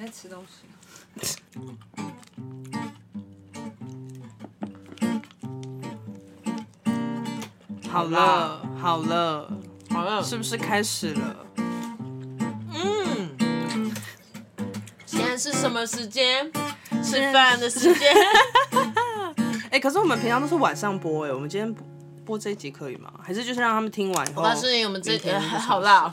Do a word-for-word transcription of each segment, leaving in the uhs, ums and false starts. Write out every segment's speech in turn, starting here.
在吃东西。 好了，好了， 好了， 是不是开始了？ 嗯，现在是什么时间？吃饭的时间。 哎、欸，可是我们平常都是晚上播哎、欸，我们今天播这一集可以吗？还是就是让他们听完以后？ 我告诉你，我们这呃好啦。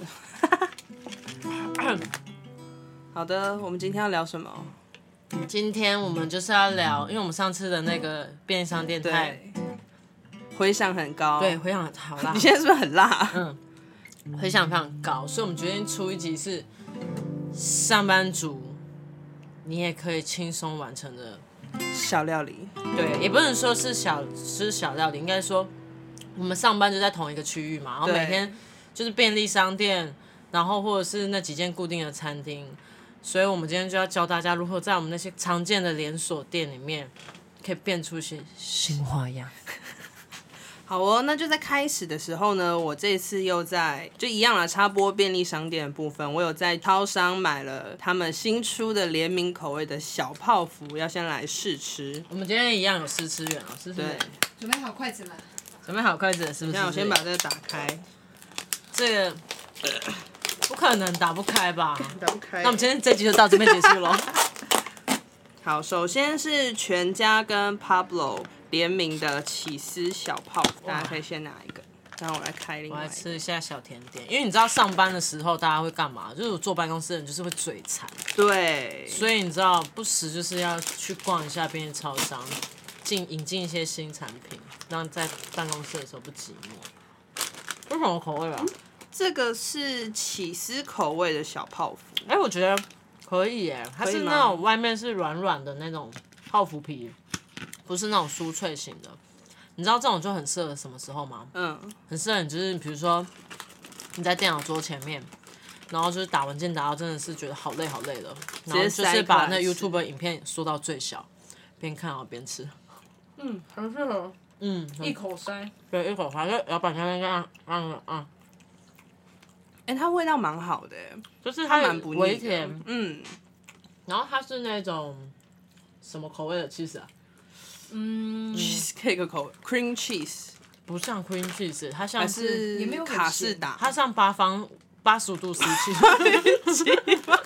好的，我们今天要聊什么？ 今天我们就是要聊，因为我们上次的那个便利商店太回响很高， 对，回响好辣。 你现在是不是很辣？ 嗯，回响非常高，所以我们决定出一集是上班族你也可以轻松完成的小料理。 对，也不能说是小吃小料理，应该说我们上班就在同一个区域嘛，然后每天就是便利商店，然后或者是那几间固定的餐厅，所以我们今天就要教大家如何在我们那些常见的连锁店里面可以变出一些新花样。 好哦，那就在开始的时候呢，我这次又在就一样啦，插播便利商店的部分，我有在超商买了他们新出的联名口味的小泡芙，要先来试吃。 我们今天一样有试吃员哦，试吃员， 准备好筷子了， 准备好筷子了是不是？ 那我先把这个打开， 这个不可能打不开吧？ 打不开。 那我们今天这集就到这边结束喽。 好，首先是全家跟 Pablo 联名的起司小泡芙，大家可以先拿一个，然后我来开另外一个。 我来吃一下小甜点，因为你知道上班的时候大家会干嘛？就是我坐办公室的人就是会嘴馋， 对， 所以你知道不时就是要去逛一下便利超商，进引进一些新产品，让在办公室的时候不寂寞。这什么口味啊？ 这个是起司口味的小泡芙。 哎、欸，我觉得可以耶，它是那种外面是软软的那种泡芙皮，不是那种酥脆型的。你知道这种就很适合什么时候吗？ 嗯， 很适合你，就是比如说你在电脑桌前面，然后就是打文件打到真的是觉得好累好累了，然后就是把那 YouTube 影片缩到最小，边看然后边吃。 嗯，很适合。 嗯， 一口塞。 对，一口塞，就老板那边这样，嗯嗯。 哎、欸，它味道蛮好的， 就是它蛮不腻的， 微甜， 嗯。 然后它是那种什么口味的 cheese 啊？ 嗯 ，cheesecake 口味 ，cream cheese， 不像 cream cheese， 它像是也没有卡士达， 它像八方八十五度 C 气。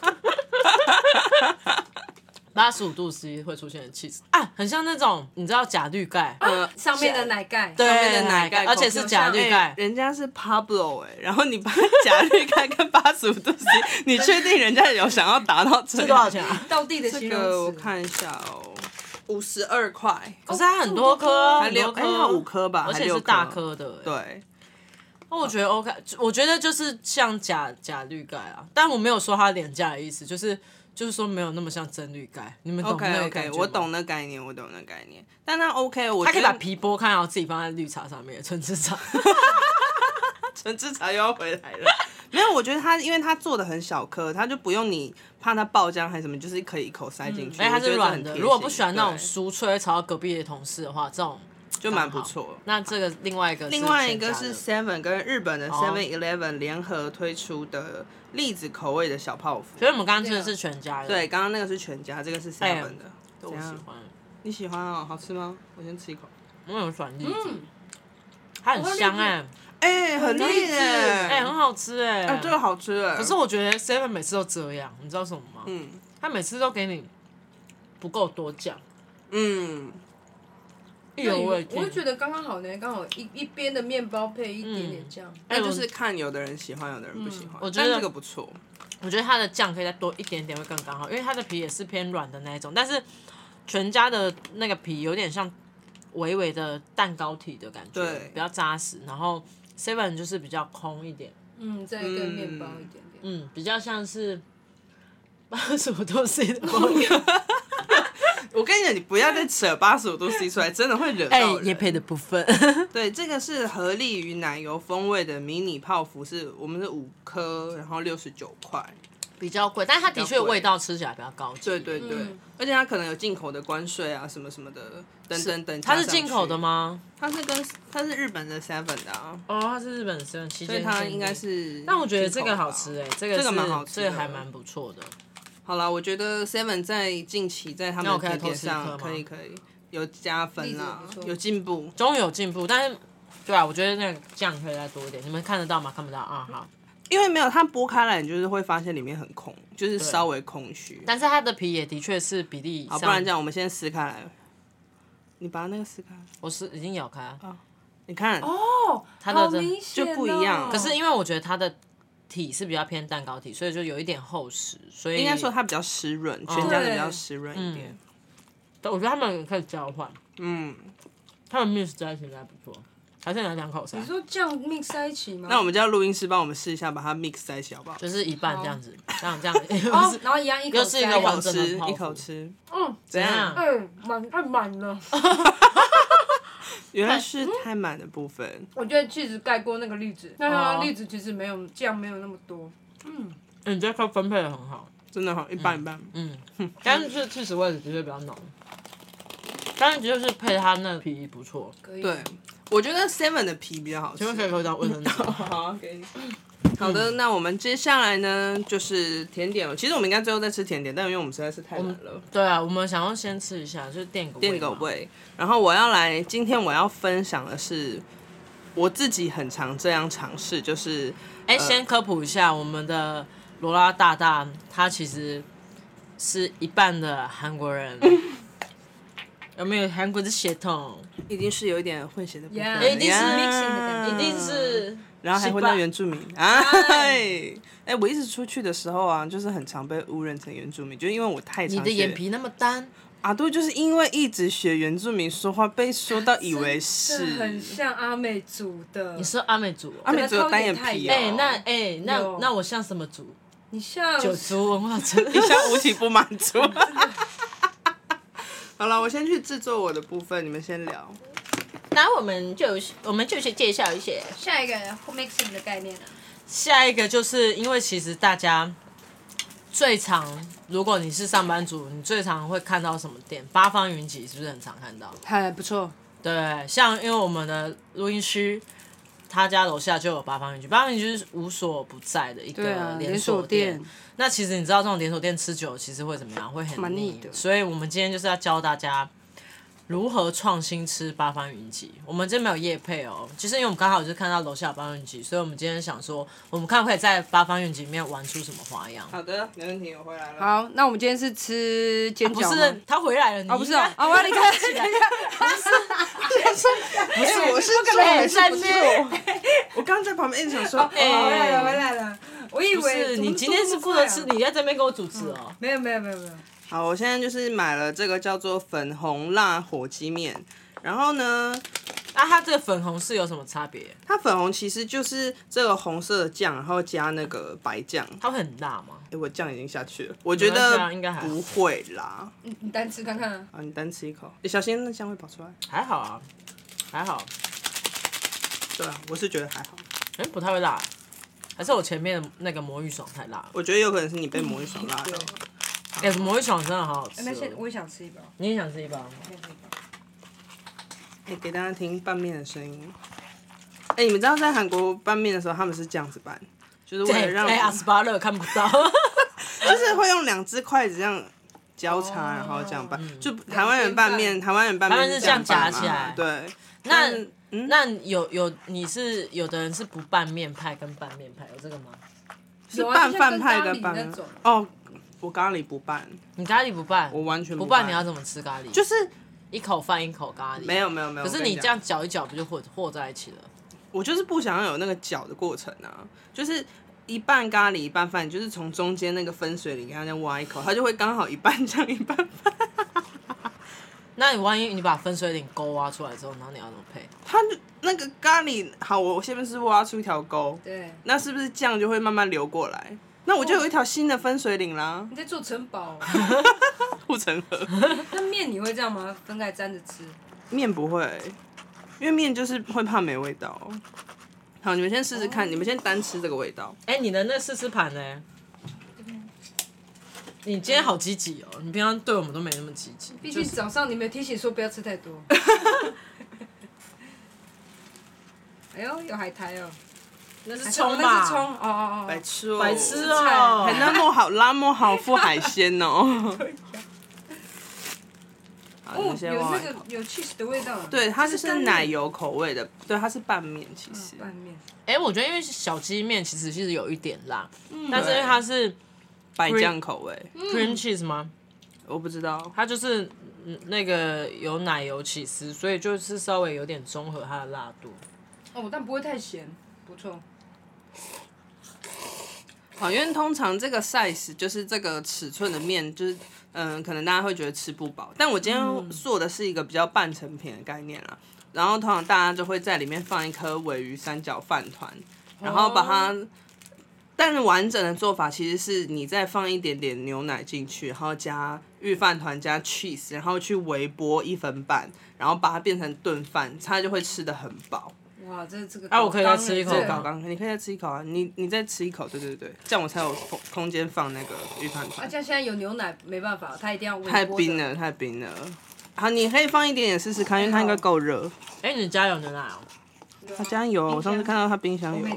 八十五度 C 会出现的 cheese 啊，很像那种你知道假绿盖， 呃，上面的奶盖， 对， 上面的奶盖， 而且是假绿盖、 欸，人家是 Pablo 哎、欸，然后你把假绿盖跟八十五度 C， 你确定人家有想要达到这？ 是多少钱啊？ 道地的形容词。 这个我看一下哦，五十二块。 可是它很多颗， 还六，哎，它五颗吧， 而且是大颗的、欸。 对。 那我觉得 OK， 我觉得就是像假假绿盖啊，但我没有说它廉价的意思，就是。就是说没有那么像真绿盖，你们懂那个感觉吗？ OK OK， 我懂那概念，我懂那概念。但它 OK， 我他可以把皮剥开，然后自己放在绿茶上面，纯吃茶。 纯吃茶又要回来了。没有，我觉得它因为它做的很小颗，它就不用你怕它爆浆还是什么，就是可以一口塞进去。 哎、嗯，它是软的。如果不喜欢那种酥脆会吵到隔壁的同事的话，这种就蛮不错。 那这个另外一个， 另外一个是 Seven 跟日本的 Seven Eleven 联合推出的栗子口味的小泡芙。 所以我们刚刚吃的是全家的。 对，刚刚那个是全家，这个是 Seven 的。 我喜欢。 你喜欢哦？好吃吗？我先吃一口。 我有喜欢栗子，嗯、它很香哎、欸。 哎、欸，很栗子哎、 欸，很好吃哎、欸， 啊，这个好吃哎、欸。 可是我觉得 Seven 每次都这样，你知道什么吗？ 嗯， 他每次都给你不够多酱， 嗯， 意犹未尽。 我会觉得刚刚好呢，刚好一一边的面包配一点点酱， 那、嗯、就是看有的人喜欢，有的人不喜欢。嗯、 我觉得这个不错， 我觉得它的酱可以再多一点点会更刚好，因为它的皮也是偏软的那一种，但是全家的那个皮有点像微微的蛋糕体的感觉， 对， 比较扎实，然后。Seven 就是比较空一点， 嗯，再跟面包一点点， 嗯，比较像是八十五度 C 的风格。 我跟你讲，你不要再扯八十五度 C 出来，真的会惹到人。 哎，业配的部分。 对，这个是合力与奶油风味的迷你泡芙，是我们是五颗，然后六十九块。 比较贵，但是它的确味道吃起来比较高级。 对对对，嗯、而且它可能有进口的关税啊，什么什么的，等等等。 它是进口的吗？ 它是跟它是日本的 Seven 的啊。 哦，它是日本的 Seven， 所以它应该是。 但我觉得这个好吃哎、欸，这个这个蛮好吃， 这个还蛮不错的。 好了，我觉得 Seven 在近期在他们的甜点上可以可以有加分啦，有进步， 终于有进步。但是，对啊，我觉得那个酱可以再多一点。你们看得到吗？看不到啊，好。 因为没有它剥开来，你就是会发现里面很空，就是稍微空虚。 但是它的皮也的确是比例上。 好，不然这样，我们先撕开来。你把那个撕开。 我是已经咬开了。 啊，你看哦， 它的好明显就不一样。 可是因为我觉得它的体是比较偏蛋糕体，所以就有一点厚实，所以应该说它比较湿润，全家的比较湿润一点。 对，我觉得他们可以交换。 嗯， 他们 mix 在一起应该不错。还是拿两口塞。 你说酱 mix 在一起吗？ 那我们叫录音师帮我们试一下，把它 mix 在一起好不好？ 就是一半这样子，这样这样。 哦，然后一样一口又是一个完整的泡芙一口吃。 嗯， 怎样？ 嗯，满太满了。 原来是太满的部分。 我觉得气质盖过那个栗子，那它栗子其实没有酱没有那么多。嗯， 你这颗分配的很好， 真的好，一半一半。 嗯，但是气质味的确比较浓，但是就是配它那皮不错。 对，我觉得 Seven 的皮比较好吃。 请问可以给我张卫生纸？ 好，给你。好的，那我们接下来呢就是甜点了。其实我们应该最后再吃甜点，但因为我们实在是太懒了。 对啊，我们想要先吃一下，就是垫个垫个胃。然后我要来，今天我要分享的是我自己很常这样尝试，就是哎、呃，先科普一下，我们的罗拉大大他其实是一半的韩国人。有没有韩国的血统？ 一定是有一点混血的部分， yeah, 一定是 mixing 的感觉，一定是， 然后还混到原住民。哎，哎，我一直出去的时候啊，就是很常被误认成原住民，就因为我太常你的眼皮那么单啊，对，就是因为一直学原住民说话，被说到以为是很像阿美族的。 你说阿美族、哦？ 阿美族有单眼皮哦。 哎、欸，那哎、欸，那那我像什么族？ 你像九族文化村， 你像无体不满足。好了，我先去制作我的部分，你们先聊。 那我们就我们就先介绍一些下一个 mixing 的概念啊。 下一个就是因为其实大家最常，如果你是上班族，你最常会看到什么店？八方云集是不是很常看到？ 还不错。 对，像因为我们的录音区，他家楼下就有八方云集，八方云集是无所不在的一个连锁店。啊、那其实你知道这种连锁店吃久了，其实会怎么样？会很腻的。所以我们今天就是要教大家如何创新吃八方云集。我们这边没有业配哦，其实因为我们刚好就是看到楼下有八方云集，所以我们今天想说，我们看可以在八方云集里面玩出什么花样。 好的，没问题，我回来了。 好，那我们今天是吃煎饺吗？ 啊、不是，他回来了。你哦，不是哦，啊，我要离开起来。 不是， 不是，我是这个三姐。 我刚刚在旁边一直想说， 哎、哦，回来了，回来了。我以为是你今天是负责吃，你在这边给我主持哦、 嗯。没有没有没有没有。 好，我现在就是买了这个叫做粉红辣火鸡面，然后呢， 啊，它这个粉红是有什么差别？ 它粉红其实就是这个红色的酱，然后加那个白酱。 它会很辣吗？ 哎、欸，我酱已经下去了，我觉得应该不会啦。 你你单吃看看啊。 啊，你单吃一口，欸、小心那酱会跑出来。 还好啊，还好。 对啊，我是觉得还好。 哎、欸，不太会辣，还是我前面的那个魔芋爽太辣了？ 我觉得有可能是你被魔芋爽辣到。 哎、欸，魔芋爽真的好好吃、喔。 那现我也想吃一包。 你也想吃一包？ 哎、欸，给大家听拌面的声音。哎、欸，你们知道在韩国拌面的时候，他们是这样子拌，就是为了让哎阿斯巴勒看不到， 就是会用两只筷子这样交叉，哦、然后这样拌。嗯、就台湾人拌面，台湾人拌面是这样夹起来。 对， 那、嗯、那有有你是有的人是不拌面派跟拌面派，有这个吗？ 是拌饭派跟拌面哦。我咖喱不拌， 你咖喱不拌， 我完全不拌。你要怎么吃咖喱？ 就是一口饭一口咖喱。 没有没有没有。 可是你这样搅一搅，不就和和在一起了？ 我就是不想要有那个搅的过程啊，就是一半咖喱一半饭，就是从中间那个分水岭给它再挖一口，它就会刚好一半酱一半饭。 那你万一你把分水岭沟挖出来之后，然后你要怎么配？ 它就那个咖喱好，我下面是挖出一条沟， 对， 那是不是酱就会慢慢流过来？那我就有一条新的分水岭啦。 你在做城堡、啊， 护城河。 那面你会这样吗？分开沾着吃？ 面不会，因为面就是会怕没味道。好，你们先试试看，哦、你们先单吃这个味道。 哎、欸，你的那试吃盘呢？你今天好积极哦！你平常对我们都没那么积极。 毕竟早上你没提醒说不要吃太多。哎呦，有海苔哦。 那是葱葱吧？ 那是葱，哦哦哦， 白痴哦， 白痴哦、 还那么好，那么好附海鲜哦。好， 哦， 你先有挖一口。 那个有 cheese 的味道。 对，它这是奶油口味的，对，它是拌面，其实。 拌面。 哎、欸，我觉得因为小鸡面其实其实有一点辣，嗯、但是因为它是白酱口味 ，cream cheese 吗？ 我不知道， 它就是那个有奶油起司，所以就是稍微有点中和它的辣度。 哦，但不会太咸，不错。 好，因为通常这个 size 就是这个尺寸的面，就是嗯，可能大家会觉得吃不饱。但我今天做的是一个比较半成品的概念啦，然后通常大家就会在里面放一颗鲔鱼三角饭团，然后把它。哦，但是完整的做法其实是你再放一点点牛奶进去，然后加御饭团加 cheese， 然后去微波一分半，然后把它变成炖饭，它就会吃得很饱。 哇，这这个啊，我可以再吃一口搞刚，你可以再吃一口啊，你你再吃一口，对对对，这样我才有空空间放那个御饭团。 啊，这样现在有牛奶没办法，它一定要微波的。 太冰了，太冰了。好，你可以放一点点试试看，因为它应该够热。 哎、欸，你家有牛奶哦？ 他家有，我上次看到他冰箱有。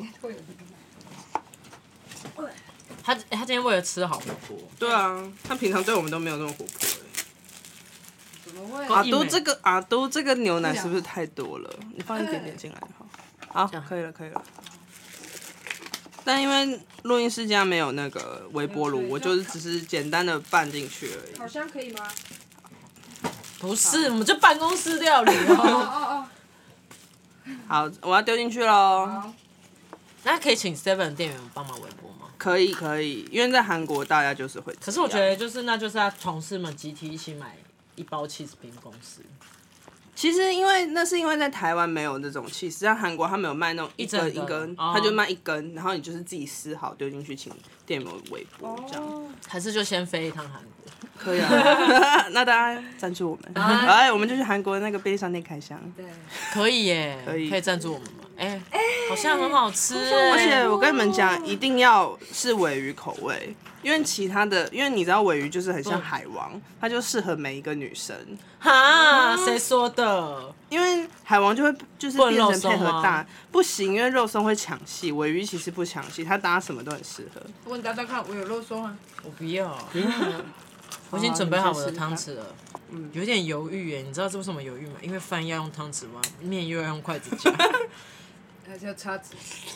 他他今天为了吃好活泼。 对啊，他平常对我们都没有那么活泼。 怎么会？ 阿都这个阿都这个牛奶是不是太多了？你放一点点进来好。好，可以了，可以了。但因为录音室家没有那个微波炉，我就是只是简单的拌进去而已。 烤箱可以吗？ 不是，我们就办公室料理哦。 哦哦哦。 好，我要丢进去喽。 那可以请 seven 店员帮忙微波吗？ 可以可以，因为在韩国大家就是会。 可是我觉得就是那就是要同事们集体一起买一包 cheese 冰公司。 其实因为那是因为在台湾没有那种 cheese，像韩国他们有卖那种一根一根， 哦、 他就卖一根，然后你就是自己撕好丢进去，请店员微波这样。哦、 还是就先飞一趟韩国？ 可以啊，那大家赞助我们，哎、啊，我们就去韩国那个便利商店开箱。 对， 可以耶， 可以可以赞助我们吗？哎、欸，好像很好吃， 而且我跟你们讲，一定要是鲔鱼口味，因为其他的，因为你知道鲔鱼就是很像海王，嗯、它就适合每一个女生。 哈，谁说的？ 因为海王就会就是变成配合大，不行，因为肉松会抢戏，鲔鱼其实不抢戏，它搭什么都很适合。 我你搭搭看，我有肉松啊。 我不要。我已经准备好我的汤匙了，嗯，有点犹豫耶。你知道这为什么犹豫吗？因为饭要用汤匙吗？面又要用筷子夹， 还是要叉子。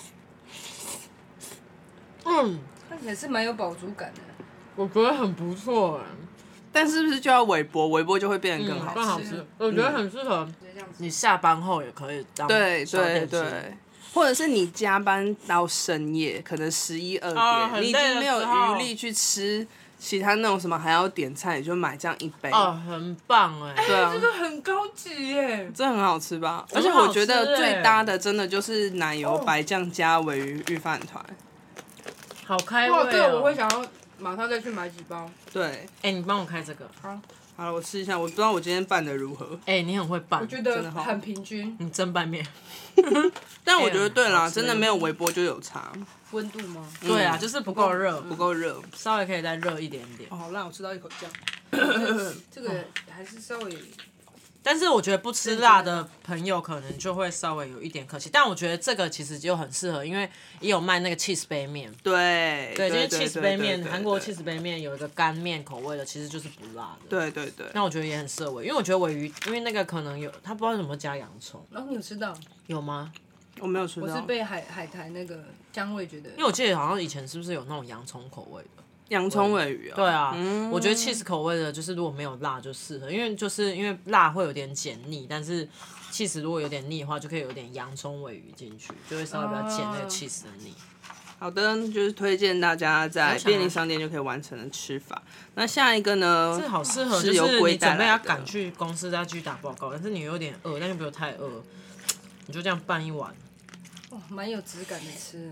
嗯， 看起来是蛮有饱足感的。 我觉得很不错哎。 但是不是就要微波？微波就会变得更好吃。 更好吃，我觉得很适合你下班后也可以当对对对，或者是你加班到深夜，可能十一二点，你已经没有余力去吃其他那种什么还要点菜，你就买这样一杯。 哦，很棒哎！ 对啊， 这个很高级耶， 这很好吃吧？而且我觉得最搭的真的就是奶油白酱加鲔鱼御饭团， 好开胃哦！ 这个我会想要马上再去买几包。 对， 哎，你帮我开这个。 好。 好了，我试一下，我不知道我今天拌的如何。 哎、欸，你很会拌， 我觉得很平均。 你真拌面。 但我觉得对啦，真的没有微波就有差。 温度吗？ 嗯、对啊，就是不够热， 不够热， 稍微可以再热一点点。 哦，好辣，我吃到一口酱。 这个还是稍微。 但是我觉得不吃辣的朋友可能就会稍微有一点可惜，但我觉得这个其实就很适合，因为也有卖那个 cheese 杯面。 对对，因为 cheese 杯面，韩国 cheese 杯面有一个干面口味的，其实就是不辣的。 对对对。 那我觉得也很适合我，因为我觉得鲔鱼，因为那个可能有，他不知道怎么加洋葱。 然后你有吃到？ 有吗？ 我没有吃到。 我是被海海苔那个香味觉得。 因为我记得好像以前是不是有那种洋葱口味的？ 洋葱鲔鱼哦。 对啊，嗯、我觉得 cheese 口味的，就是如果没有辣就适合，因为就是因为辣会有点减腻，但是 cheese 如果有点腻的话，就可以有点洋葱鲔鱼进去，就会稍微比较减那个 cheese 的腻。 好的，就是推荐大家在便利商店就可以完成的吃法。那下一个呢？ 这好适合，就是你准备要赶去公司再去打报告，但是你有点饿，但又不用太饿，你就这样拌一碗。 哇，蛮有质感的吃。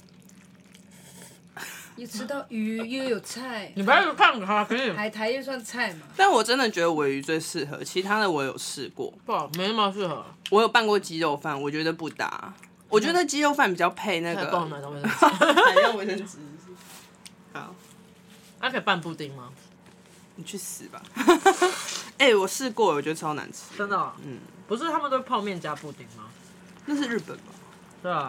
有吃到鱼，又有菜。 你不要看它，可以。 海苔又算菜嘛？ 但我真的觉得鲔鱼最适合，其他的我有试过， 不好，没那么适合。 我有拌过鸡肉饭，我觉得不搭。我觉得鸡肉饭比较配那个。 帮我拿张卫生纸。还要卫生纸。好。 那可以拌布丁吗？ 你去死吧！哎、欸，我试过，我觉得超难吃。 真的、喔？嗯。不是他们都泡面加布丁吗？ 那是日本吧？ 对啊。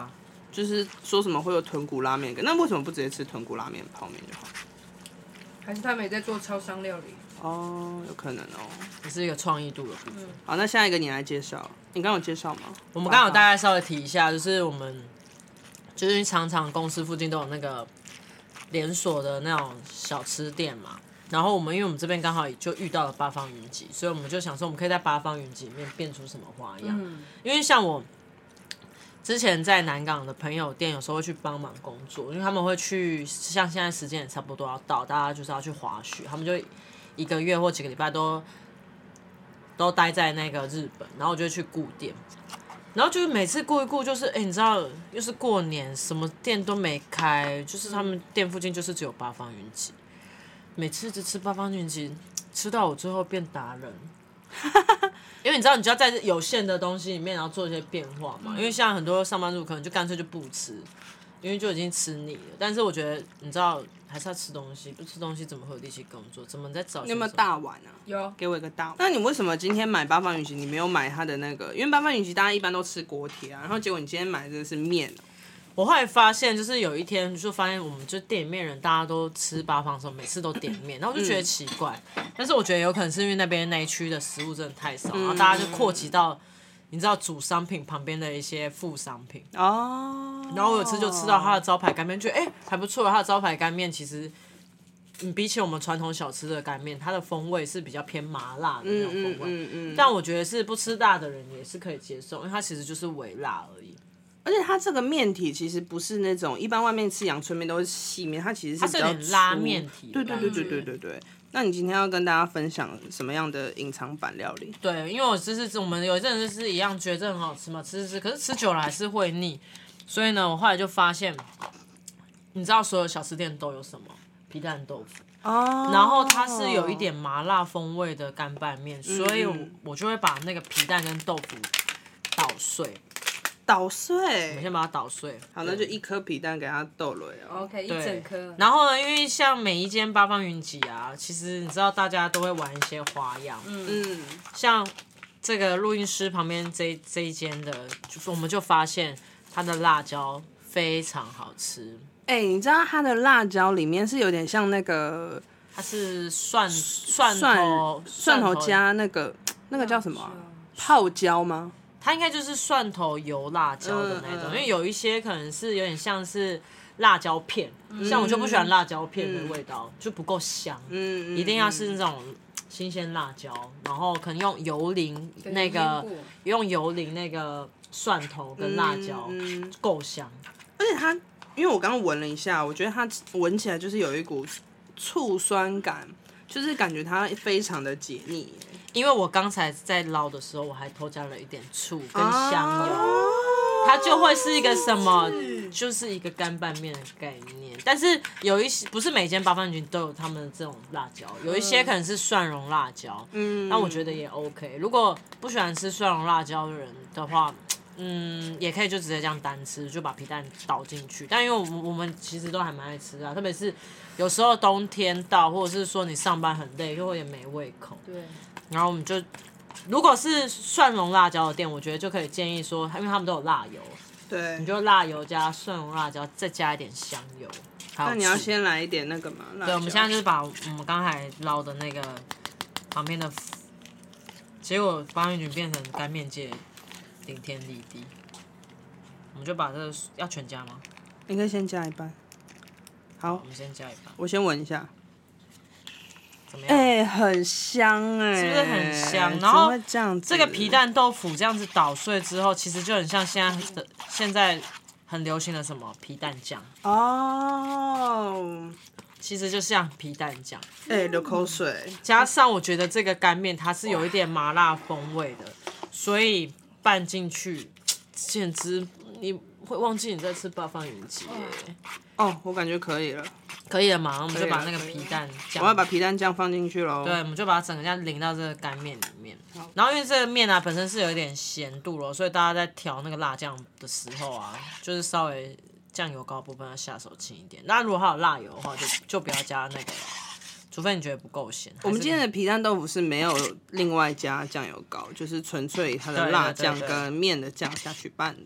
就是说什么会有豚骨拉面，那为什么不直接吃豚骨拉面泡面就好？ 还是他们也在做超商料理？ 哦，有可能哦， 也是一个创意度的部分。 嗯、好，那下一个你来介绍，你刚有介绍吗？ 我们刚有大概稍微提一下，就是我们就是常常公司附近都有那个连锁的那种小吃店嘛。然后我们因为我们这边刚好就遇到了八方云集，所以我们就想说我们可以在八方云集里面变出什么花样。嗯、因为像我之前在南港的朋友店，有时候会去帮忙工作，因为他们会去，像现在时间也差不多要到，大家就是要去滑雪，他们就一个月或几个礼拜都都待在那个日本，然后我就会去顾店，然后就是每次顾一顾，就是哎、欸，你知道，又是过年，什么店都没开，就是他们店附近就是只有八方云集，每次只吃八方云集，吃到我最后变达人。因为你知道，你就要在有限的东西里面，然后做一些变化嘛。因为像很多上班族可能就干脆就不吃，因为就已经吃腻了。但是我觉得，你知道，还是要吃东西，不吃东西怎么会有力气工作？怎么在找？ 你有没有大碗啊？ 有， 给我一个大碗。那你为什么今天买八方云集，你没有买它的那个？因为八方云集大家一般都吃锅贴啊，然后结果你今天买的是面。 我后来发现，就是有一天就发现，我们就店里面人大家都吃八方的时候，每次都点面，然后我就觉得奇怪。嗯、但是我觉得有可能是因为那边那一区的食物真的太少，嗯、然后大家就扩及到，你知道主商品旁边的一些副商品。哦。然后我有次就吃到他的招牌干面，觉得哎、欸、还不错，他的招牌干面其实，嗯，比起我们传统小吃的干面，它的风味是比较偏麻辣的那种风味。嗯嗯嗯嗯、但我觉得是不吃辣的人也是可以接受，因为它其实就是微辣而已。 而且它这个面体其实不是那种一般外面吃阳春面都是细面，它其实是比较粗， 它是有点拉面体。 对对对对对对对。那你今天要跟大家分享什么样的隐藏版料理？ 对，因为我就是我们有一阵子是一样觉得这很好吃嘛，吃吃吃，可是吃久了还是会腻，所以呢，我后来就发现，你知道所有小吃店都有什么皮蛋豆腐。哦，然后它是有一点麻辣风味的干拌面，嗯、所以我就会把那个皮蛋跟豆腐捣碎。 捣碎， 我们先把它捣碎。 好，那就一颗皮蛋给它剁了呀。 OK， 一整颗。 然后呢，因为像每一间八方云集啊，其实你知道大家都会玩一些花样。嗯。像这个录音室旁边这这一间的，我们就发现它的辣椒非常好吃。 哎、欸，你知道它的辣椒里面是有点像那个， 它是蒜蒜头蒜头加那个那个叫什么、啊、泡椒吗？ 它应该就是蒜头油辣椒的那种，嗯嗯、因为有一些可能是有点像是辣椒片，嗯、像我就不喜欢辣椒片的味道，嗯、就不够香，嗯、一定要是那种新鲜辣椒，然后可能用油淋那个用油淋那个蒜头跟辣椒够、嗯、香， 而且它因为我刚刚闻了一下，我觉得它闻起来就是有一股醋酸感，就是感觉它非常的解腻。 因为我刚才在捞的时候，我还偷加了一点醋跟香油，啊、它就会是一个什么，就是一个干拌面的概念。但是有一些不是每间八方云集都有他们的这种辣椒，有一些可能是蒜蓉辣椒，嗯，那我觉得也 OK。如果不喜欢吃蒜蓉辣椒的人的话，嗯，也可以就直接这样单吃，就把皮蛋倒进去。但因为我们我们其实都还蛮爱吃的，特别是有时候冬天到，或者是说你上班很累，又会有点没胃口。 对。 然后我们就，如果是蒜蓉辣椒的店，我觉得就可以建议说，因为他们都有辣油， 对， 你就辣油加蒜蓉辣椒，再加一点香油。 那你要先来一点那个嘛？ 对，我们现在就是把我们刚才捞的那个旁边的，结果八方云集变成干面界顶天立地，我们就把这个要全加吗？ 你可以先加一半。好， 我们先加一半。 我先闻一下。 哎、 欸，很香哎、欸， 是不是很香？然后这个皮蛋豆腐这样子捣碎之后，其实就很像现在的现在很流行的什么皮蛋酱哦，其实就像皮蛋酱。 哎、欸，流口水。 加上我觉得这个干面它是有一点麻辣风味的，所以拌进去，简直你会忘记你在吃八方云集耶。 哦，我感觉可以了。 可以了嘛？我们就把那个皮蛋酱， 我要把皮蛋酱放进去喽。 对，我们就把它整个这样淋到这个干面里面。然后因为这个面啊本身是有一点咸度了，所以大家在调那个辣酱的时候啊，就是稍微酱油膏部分要下手轻一点。那如果还有辣油的话，就就不要加那个，除非你觉得不够咸。 我们今天的皮蛋豆腐是没有另外加酱油膏，就是纯粹它的辣酱跟面的酱下去拌的。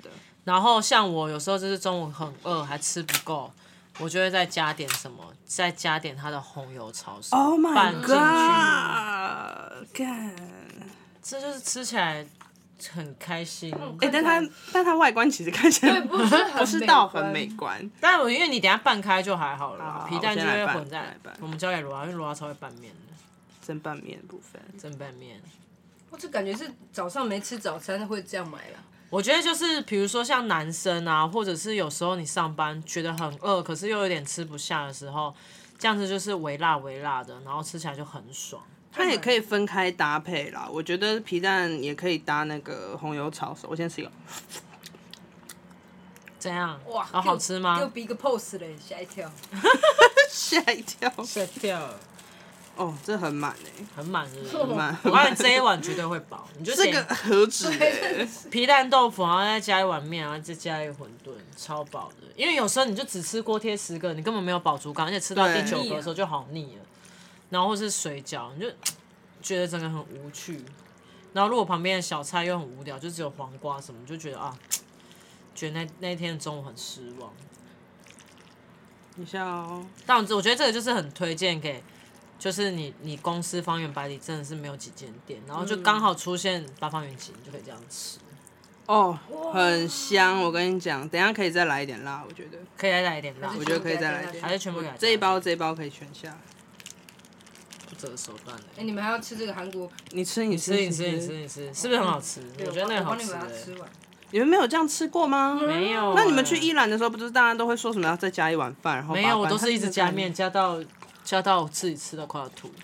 然后像我有时候就是中午很饿还吃不够，我就会再加点什么，再加点它的红油抄手 Oh my 拌进去， god！ 干， 这就是吃起来很开心。 哎、但它但它外观其实看起来对不是很不是到很美观。 但我因为你等一下拌开就还好了啦， 好好皮蛋就会我先来拌混在我先来拌。 我们交给罗拉，因为罗拉超会拌面的， 蒸拌面的部分， 蒸拌面。 我就感觉是早上没吃早餐会这样买啦。 我觉得就是比如说像男生啊，或者是有时候你上班觉得很饿，可是又有点吃不下的时候，这样子就是微辣微辣的，然后吃起来就很爽。 它也可以分开搭配啦。我觉得皮蛋也可以搭那个红油炒手。我先吃一个， 怎样？ 哇， 哦，好吃吗？ 给我比个 pose 嘞，吓一跳。 吓一跳。 吓掉， 哦，这很满哎、 很满是不是？ 很满。 我告诉你，这一碗绝对会饱。你就这个点何止哎、 皮蛋豆腐，然后再加一碗面，然后再加一个馄饨，超饱的。因为有时候你就只吃锅贴十个，你根本没有饱足感，而且吃到第九个的时候就好腻了。然后或是水饺，你就觉得整个很无趣。然后如果旁边的小菜又很无聊，就只有黄瓜什么，就觉得啊，觉得那那一天的中午很失望。 你下哦。 但我觉得这个就是很推荐给，就是你你公司方圆百里真的是没有几间店，然后就刚好出现八方云集，你就可以这样吃。 哦，很香。我跟你讲，等一下可以再来一点辣，我觉得。 可以再来一点辣， 我觉得可以再来一点， 还是全部给它加这一包这一包可以全下。 不择手段的。 哎，你们还要吃这个韩国？ 你吃你吃吃你吃你吃你吃，是不是很好吃？我觉得那个好吃我帮你把它吃欸。 完。 你们没有这样吃过吗？ 没有欸。 那你们去伊兰的时候，不是大家都会说什么要再加一碗饭，然后把没有，我饭都是一直加面，加到加到我自己吃的快要吐。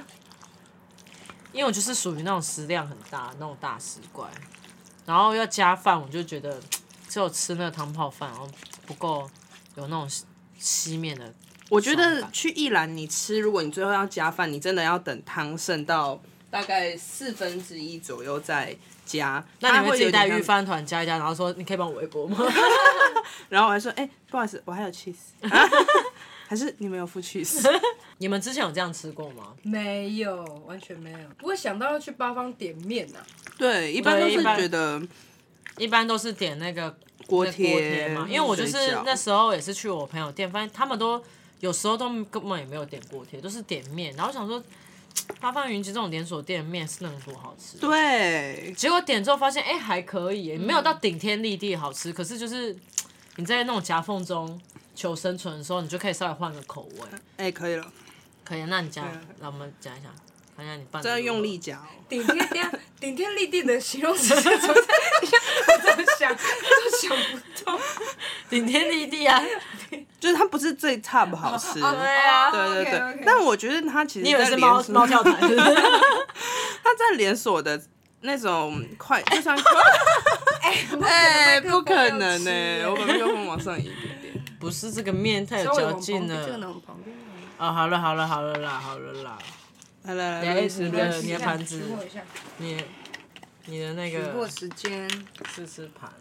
因为我就是属于那种食量很大那种大食怪，然后要加饭，我就觉得只有吃那个汤泡饭，然后不够有那种吸面的。 我觉得去一兰你吃，如果你最后要加饭，你真的要等汤剩到大概四分之一左右再加。 那你会自己带它会有点像预饭团加一加，然后说你可以帮我微波吗？ 然后我还说，哎、不好意思，我还有 cheese，还是你们有付 cheese？ 你们之前有这样吃过吗？ 没有，完全没有。不会想到要去八方点面呐、 对，一般都是对一般觉得一般都是点那个锅那贴贴嘛，因为我就是水饺那时候也是去我朋友店，发现他们都有时候都根本也没有点锅贴，都是点面，然后想说八方云集这种连锁店的面是能多好吃， 对， 结果点之后发现哎、还可以耶，没有到顶天立地好吃，可是就是你在那种夹缝中求生存的时候，你就可以稍微换个口味。 哎、可以了， 可以，那你夹对啊， 让我们夹一下，看一下你拌。 这要用力。夹哦。 顶天顶顶天立地的形容词是怎么？我怎么想都想不到。 顶天立地啊！ 就是它不是最 top 好吃， 对啊， 对对对。 OK，OK 但我觉得它其实你以为在是猫连锁猫跳台？是不是它在连锁的那种快，就算哎、 哎、不可能呢、 呢、 我把麦克风往上移一点点。 不是这个面太有稍微往嚼劲旁边这个了。 呢往旁边。 哦，好了好了好了啦，好了啦， 来来来， 哎录音师你的录音师你的盘子取货一下， 你你的那取货个时间。 试吃盘。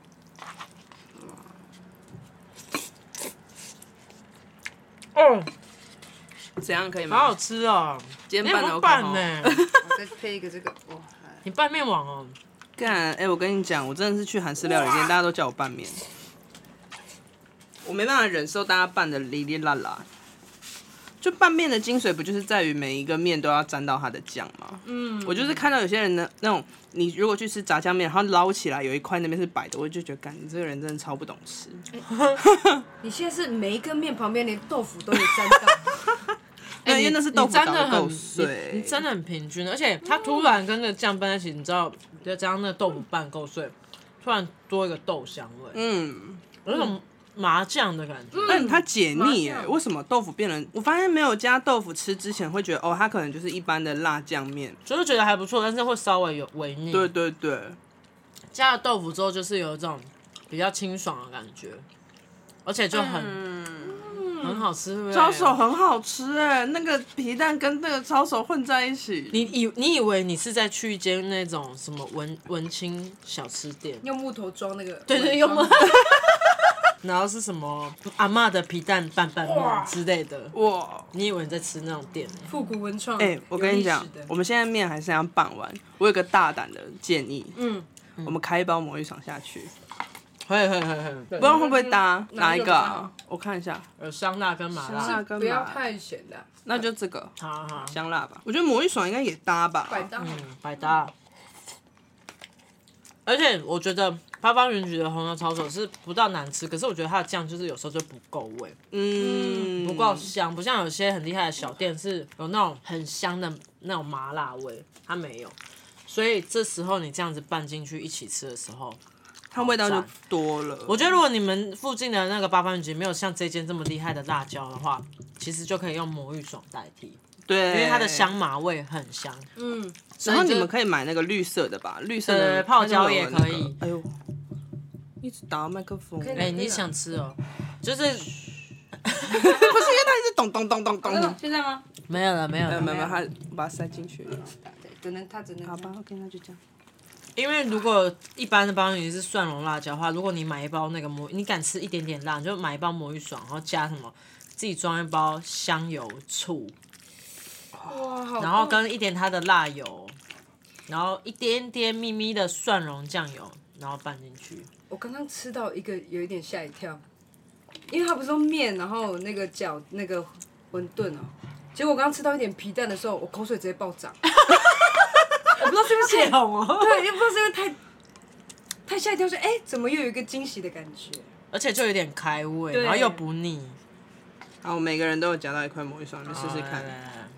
哦， 怎样可以好好吗？ 吃哦！ 今天你很拌的会 OK 拌呢， 我再配一个这个，哇， 你拌面网哦。 干，哎、我跟你讲，我真的是去韩式料理店，大家都叫我拌面，我没办法忍受大家拌的哩哩啦啦。就拌面的精髓不就是在于每一个面都要沾到它的酱吗？ 嗯， 我就是看到有些人的那种，你如果去吃炸酱面，然后捞起来有一块那边是白的，我就觉得，干，你这个人真的超不懂吃。 你现在是每一根面旁边连豆腐都有沾到。 对，因为那是豆腐你沾的捣的够很， 碎， 你你真的很平均，而且它突然跟那个酱拌在一起，你知道，再加上那个豆腐拌够碎，突然多一个豆香味， 嗯。 有那种麻酱的感觉。 但它解腻哎、 麻酱为什么豆腐变成？我发现没有加豆腐吃之前会觉得哦，它可能就是一般的辣酱面。 就是觉得还不错，但是会稍微有微腻。 对对对， 加了豆腐之后，就是有一种比较清爽的感觉，而且就很、很好吃，对不对？ 抄手很好吃哎、那个皮蛋跟那个抄手混在一起。 你以你以为你是在去一间那种什么文文青小吃店， 用木头装那个， 对对，用木，然后是什么阿嬷的皮蛋拌拌面之类的， 哇！ 你以为你在吃那种店、欸？ 复古文创。 哎、我跟你讲有历史的， 我们现在面还是要拌完。我有个大胆的建议， 嗯， 我们开一包魔芋爽下去， 会会会会， 不知道会不会搭哪一个哪啊？我看一下， 有香辣跟麻香辣。 辣跟不要麻辣太咸的， 那就这个好好， 香辣吧。我觉得魔芋爽应该也搭吧。 百搭。 嗯，百搭。而且我觉得八方云集的红油抄手是不到难吃，可是我觉得它的酱就是有时候就不够味， 嗯， 不够香，不像有些很厉害的小店是有那种很香的那种麻辣味，它没有。所以这时候你这样子拌进去一起吃的时候， 它味道就多了。 我觉得如果你们附近的那个八方云集没有像这间这么厉害的辣椒的话，其实就可以用魔芋爽代替， 对， 因为它的香麻味很香。 嗯， 然后你们可以买那个绿色的吧，绿色的对泡椒也可以。 哎呦，一直打麦克风。 可以哎、欸，你想吃哦？就是不是因为它一直咚咚咚咚咚。 现在吗？ 没有了，没有了， 没有没有，它把它塞进去。 对，只能它只能。 好吧 ，OK， 那就这样。 因为如果一般的八方云集是蒜蓉辣椒的话，如果你买一包那个魔，你敢吃一点点辣，你就买一包魔芋爽，然后加什么，自己装一包香油醋， 哇，好。 然后跟一点它的辣油，然后一点点咪咪的蒜蓉酱油，然后拌进去。 我刚刚吃到一个有一点吓一跳，因为它不是用面，然后那个饺那个馄饨哦，结果我刚刚吃到一点皮蛋的时候，我口水直接暴涨。我不知道是不是太红了， 对，又不知道是因为太太吓一跳，说哎、欸，怎么又有一个惊喜的感觉？ 而且就有点开胃， 对然后又不腻。 好，我每个人都有夹到一块魔芋爽，你们试试看。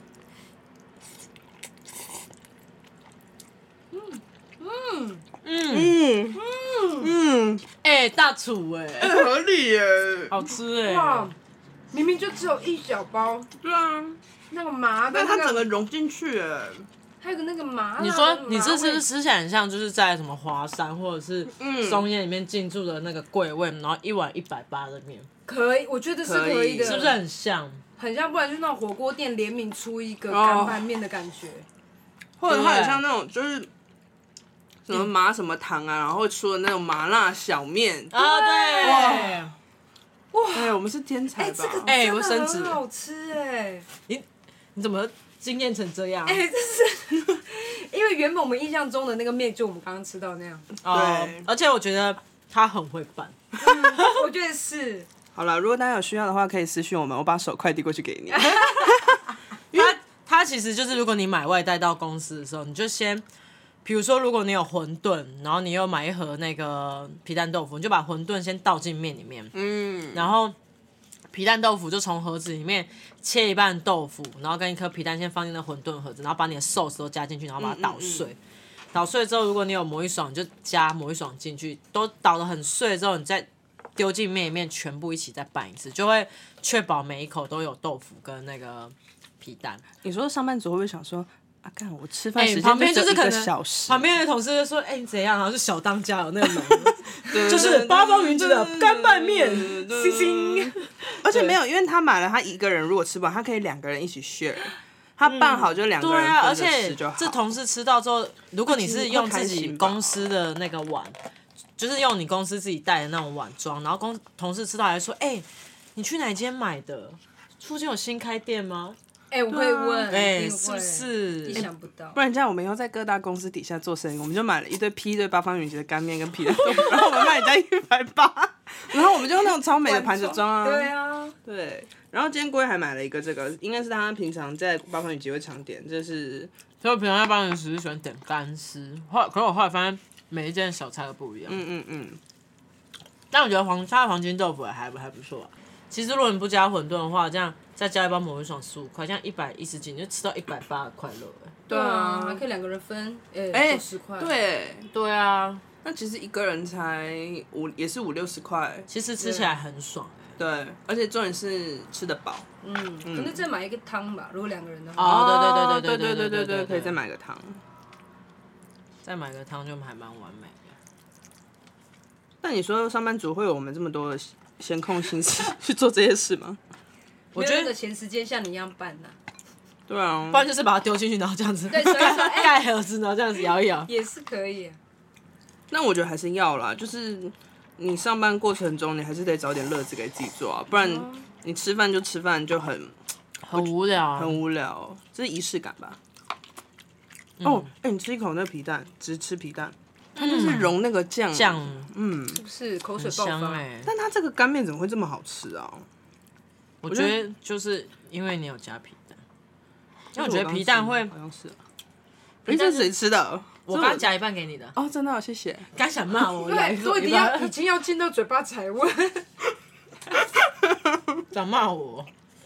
嗯嗯嗯嗯， 哎、欸，大厨哎、欸， 合理耶。 好吃哎、欸。 哇，明明就只有一小包， 对啊， 那个麻的、 但那个， 它整个融进去哎。 还有个那个麻辣的你说麻你这是不味是吃起来很像就是在什么华山或者是松烟里面进驻的那个柜位，然后一碗一百八的面， 可以，我觉得是可以的， 是不是很像？ 很像？不然就是那种火锅店联名出一个哦干拌面的感觉。 或者它很像那种就是什么麻什么糖啊，然后出的那种麻辣小面。 啊，对， 哇哇，哎，我们是天才哎、 吧？ 这个哎真的我升职很好吃哎、 你你怎么惊艳成这样？ 哎、这是因为原本我们印象中的那个面就我们刚刚吃到那样， 哦对， 而且我觉得他很会拌。 我觉得是。 好了，如果大家有需要的话，可以私讯我们，我把手快递过去给你。 他他其实就是如果你买外带到公司的时候，你就先，比如说如果你有馄饨，然后你又买一盒那个皮蛋豆腐，你就把馄饨先倒进面里面， 嗯， 然后皮蛋豆腐就从盒子里面切一半豆腐，然后跟一颗皮蛋先放进那馄饨盒子，然后把你的寿司都加进去，然后把它捣碎。 嗯嗯捣碎之后，如果你有魔芋爽，你就加魔芋爽进去，都捣得很碎之后，你再丢进面里面，全部一起再拌一次，就会确保每一口都有豆腐跟那个皮蛋。 你说上班族会不会想说啊，干我吃饭时间旁边就是只有一个可能小时， 旁边的同事就说：“哎、你怎样？”然后是小当家有那个龙， 对就是八方云集的干拌面， 星星。而且没有，因为他买了，他一个人如果吃不完，他可以两个人一起 share。他拌好就两个人对啊，而分着且吃就好。 这同事吃到之后，如果你是用自己公司的那个碗，就是用你公司自己带的那种碗装，然后公同事吃到还说：“哎、你去哪间买的？附近有新开店吗？” 哎、欸，我会问， 哎、 一定会是不是？ 意想不到。 不然这样，我们以后在各大公司底下做生意，我们就买了一堆批一堆八方云集的干面跟皮蛋豆腐，然后我们卖人家一百八，然后我们就用那种超美的盘子装啊。 对啊， 对。然后今天龟还买了一个这个，应该是他平常在八方云集会常点，这是。 所以我平常在八方云集是喜欢点干丝，后来可是我后来发现每一件小菜都不一样。 嗯嗯嗯。 但我觉得黄它的黄金豆腐也还还不错啊。其实如果你不加馄饨的话，这样再加一包魔芋爽十五块，这样一百一十几，你就吃到一百八的快乐哎。 对啊，还可以两个人分，哎、 哎， 十块。 对对啊， 那其实一个人才五，也是五六十块。 其实吃起来很爽。 对，而且重点是吃得饱。 嗯，可能再买一个汤吧，如果两个人的话。 哦，对对对对对对对对对，可以再买个汤。 再买个汤就还蛮完美的。 那你说上班族会有我们这么多的闲空心思去做这些事吗？ 我觉得闲时间像你一样办呐、啊。 对啊， 不然就是把它丢进去，然后这样子对，所以说哎盖盒子，然后这样子摇一摇。 也是可以、啊。 那我觉得还是要啦，就是你上班过程中，你还是得找点乐子给自己做啊，不然你吃饭就吃饭就很很无聊， 很无聊，这是仪式感吧？哦，哎、你吃一口那个皮蛋，只吃皮蛋， 它就是融那个酱酱， 嗯， 是不是口水很爆发？ 香哎。 但它这个干面怎么会这么好吃啊？ 我觉得就是因为你有加皮蛋，因为我觉得皮蛋会， 好像是， 皮蛋是这是谁吃的？ 我刚夹一半给你的。 哦，真的、哦，谢谢。 刚想骂我， 对，都已经要已经要进到嘴巴才问。 想骂我。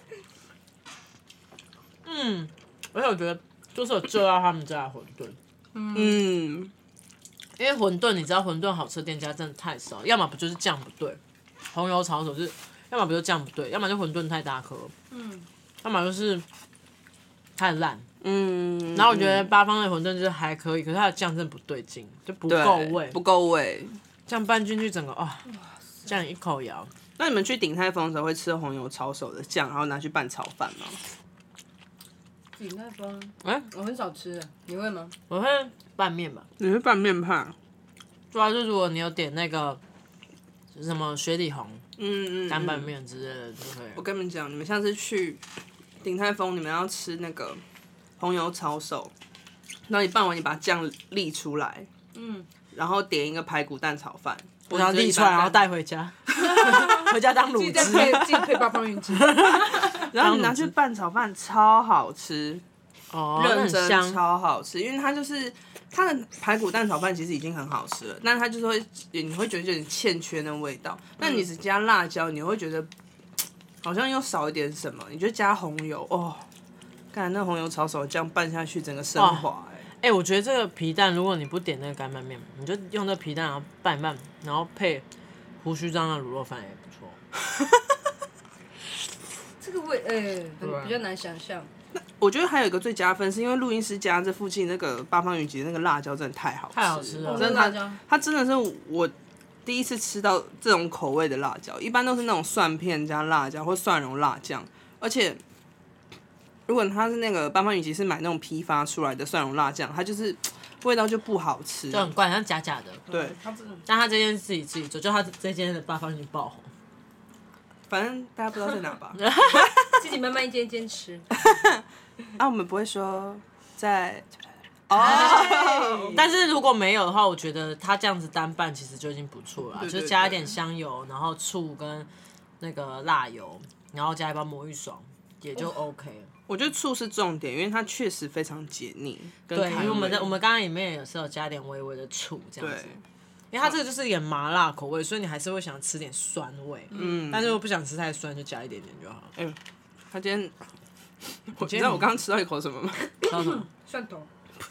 嗯，而且我觉得就是有救到他们家的馄饨， 嗯， 因为馄饨你知道馄饨好吃的店家真的太少，要么不就是酱不对，红油抄手是，要么不就酱不对，要么就馄饨太大颗，嗯，要么就是太烂， 嗯， 然后我觉得八方的馄饨就是还可以，可是它的酱真的不对劲，就不够味， 不够味。 酱拌进去整个啊，这样一口咬。 那你们去鼎泰丰的时候会吃红油抄手的酱，然后拿去拌炒饭吗？ 鼎泰丰， 哎、 我很少吃，你会吗？ 我会拌面吧， 你是拌面派？ 主要是如果你有点那个什么雪里红嗯嗯， 干拌面之类的就可以。 我跟你们讲，你们下次去鼎泰丰，你们要吃那个红油抄手，然后你拌完，你把酱沥出来，嗯，然后点一个排骨蛋炒饭， 我要沥出来，然后带回家，回家当卤自己再汁。 配自己配八方云集。 然后你拿去拌炒饭，超好吃， 哦，那认真很香。 超好吃，因为它就是它的排骨蛋炒饭其实已经很好吃了，但它就是会你会觉得有点欠缺那味道，但你只加辣椒，你会觉得好像又少一点什么，你就加红油哦，看那红油炒手这样拌下去，整个升华哎、 哎、我觉得这个皮蛋，如果你不点那个干拌面，你就用这皮蛋然后拌一拌，然后配胡须章的卤肉饭也不错。 这个味，哎、很比较难想象。 我觉得还有一个最加分，是因为录音师家这附近那个八方云集的那个辣椒真的太好吃， 太好吃了真的辣椒它它真的是我第一次吃到这种口味的辣椒，一般都是那种蒜片加辣椒或蒜蓉辣酱，而且如果它是那个八方云集是买那种批发出来的蒜蓉辣酱，它就是味道就不好吃， 就很怪，像假假的。 对， 它真的但他这间自己自己做，就他这间的八方已经爆红。 反正大家不知道在哪吧？ 自己慢慢一间一间吃。 啊，我们不会说在哦，但是如果没有的话，我觉得它这样子单拌其实就已经不错了， 对对就是加一点香油，然后醋跟那个辣油，然后加一包魔芋爽，也就 OK 了。 我觉得醋是重点，因为它确实非常解腻。跟对，因开胃为我们在我们刚刚里面也是有加点微微的醋这样子对， 因为它这个就是一点麻辣口味，所以你还是会想吃点酸味。嗯，但是我不想吃太酸，就加一点点就好。 哎、他今天，我今天知道我刚刚吃到一口什么吗？ 知道什么？ 蒜头，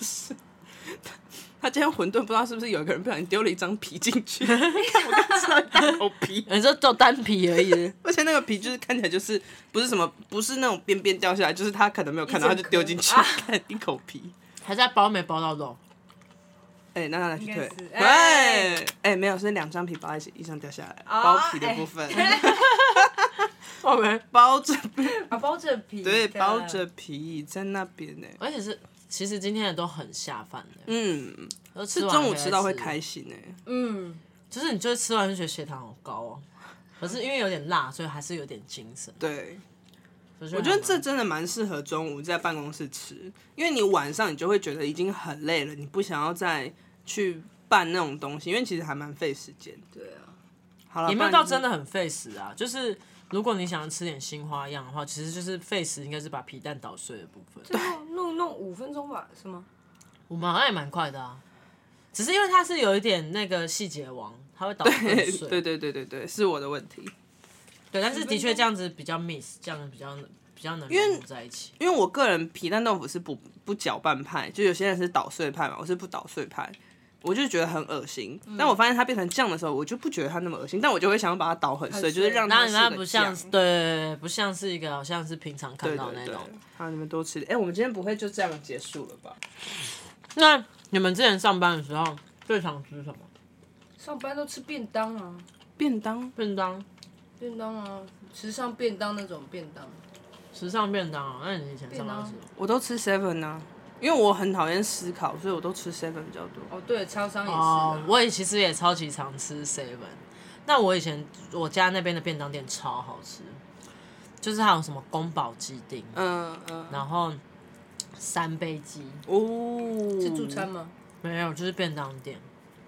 他今天馄饨不知道是不是有一个人不小心丢了一张皮进去，我刚吃到一大口皮， 你说就单皮而已。 而且那个皮就是看起来就是不是什么，不是那种边边掉下来，就是他可能没有看到，他就丢进去，看一口皮。 还在包没包到肉？ 哎、那他拿去退应该是。 喂，哎、欸没有，是两张皮包在一起，一张掉下来，包皮的部分。OK，包着啊，包着皮， 对，包着皮在那边呢。 而且是，其实今天的都很下饭的， 嗯， 都吃完是中午回来吃到会开心哎。 嗯， 就是你就是吃完就觉得血糖好高哦，可是因为有点辣，所以还是有点精神。 对， 我我觉得这真的蛮适合中午在办公室吃，因为你晚上你就会觉得已经很累了，你不想要再去拌那种东西，因为其实还蛮费时间。 对啊， 好了， 也没有到不然就是真的很费时啊，就是如果你想要吃点新花样的话，其实就是费时应该是把皮蛋捣碎的部分。 这弄弄弄五分钟吧，是吗？ 我们好像也蛮快的啊，只是因为它是有一点那个细节王，它会捣得更碎。 对对对对对，是我的问题。 对，但是的确这样子比较 miss，这样比较比较能融入在一起。 因为我个人皮蛋豆腐是不不搅拌派，就有些人是捣碎派嘛，我是不捣碎派，我就觉得很恶心。 嗯但我发现它变成酱的时候，我就不觉得它那么恶心，但我就会想要把它捣很碎， 很碎就是让然后你们它是个不像酱对，不像是一个好像是平常看对对对到那种。， 好，你们多吃点。哎、我们今天不会就这样结束了吧？ 那你们之前上班的时候最常吃什么？ 上班都吃便当啊， 便当便当， 便当啊，时尚便当那种便当。 时尚便当啊？那你以前上班的时候？ 我都吃 seven 啊，因为我很讨厌思考，所以我都吃 seven 比较多。 哦，对，超商也是、 哦啊， 我也其实也超级常吃 seven。那我以前我家那边的便当店超好吃，就是还有什么宫保鸡丁， 嗯嗯， 然后三杯鸡， 哦， 自助餐吗？ 没有就是便当店，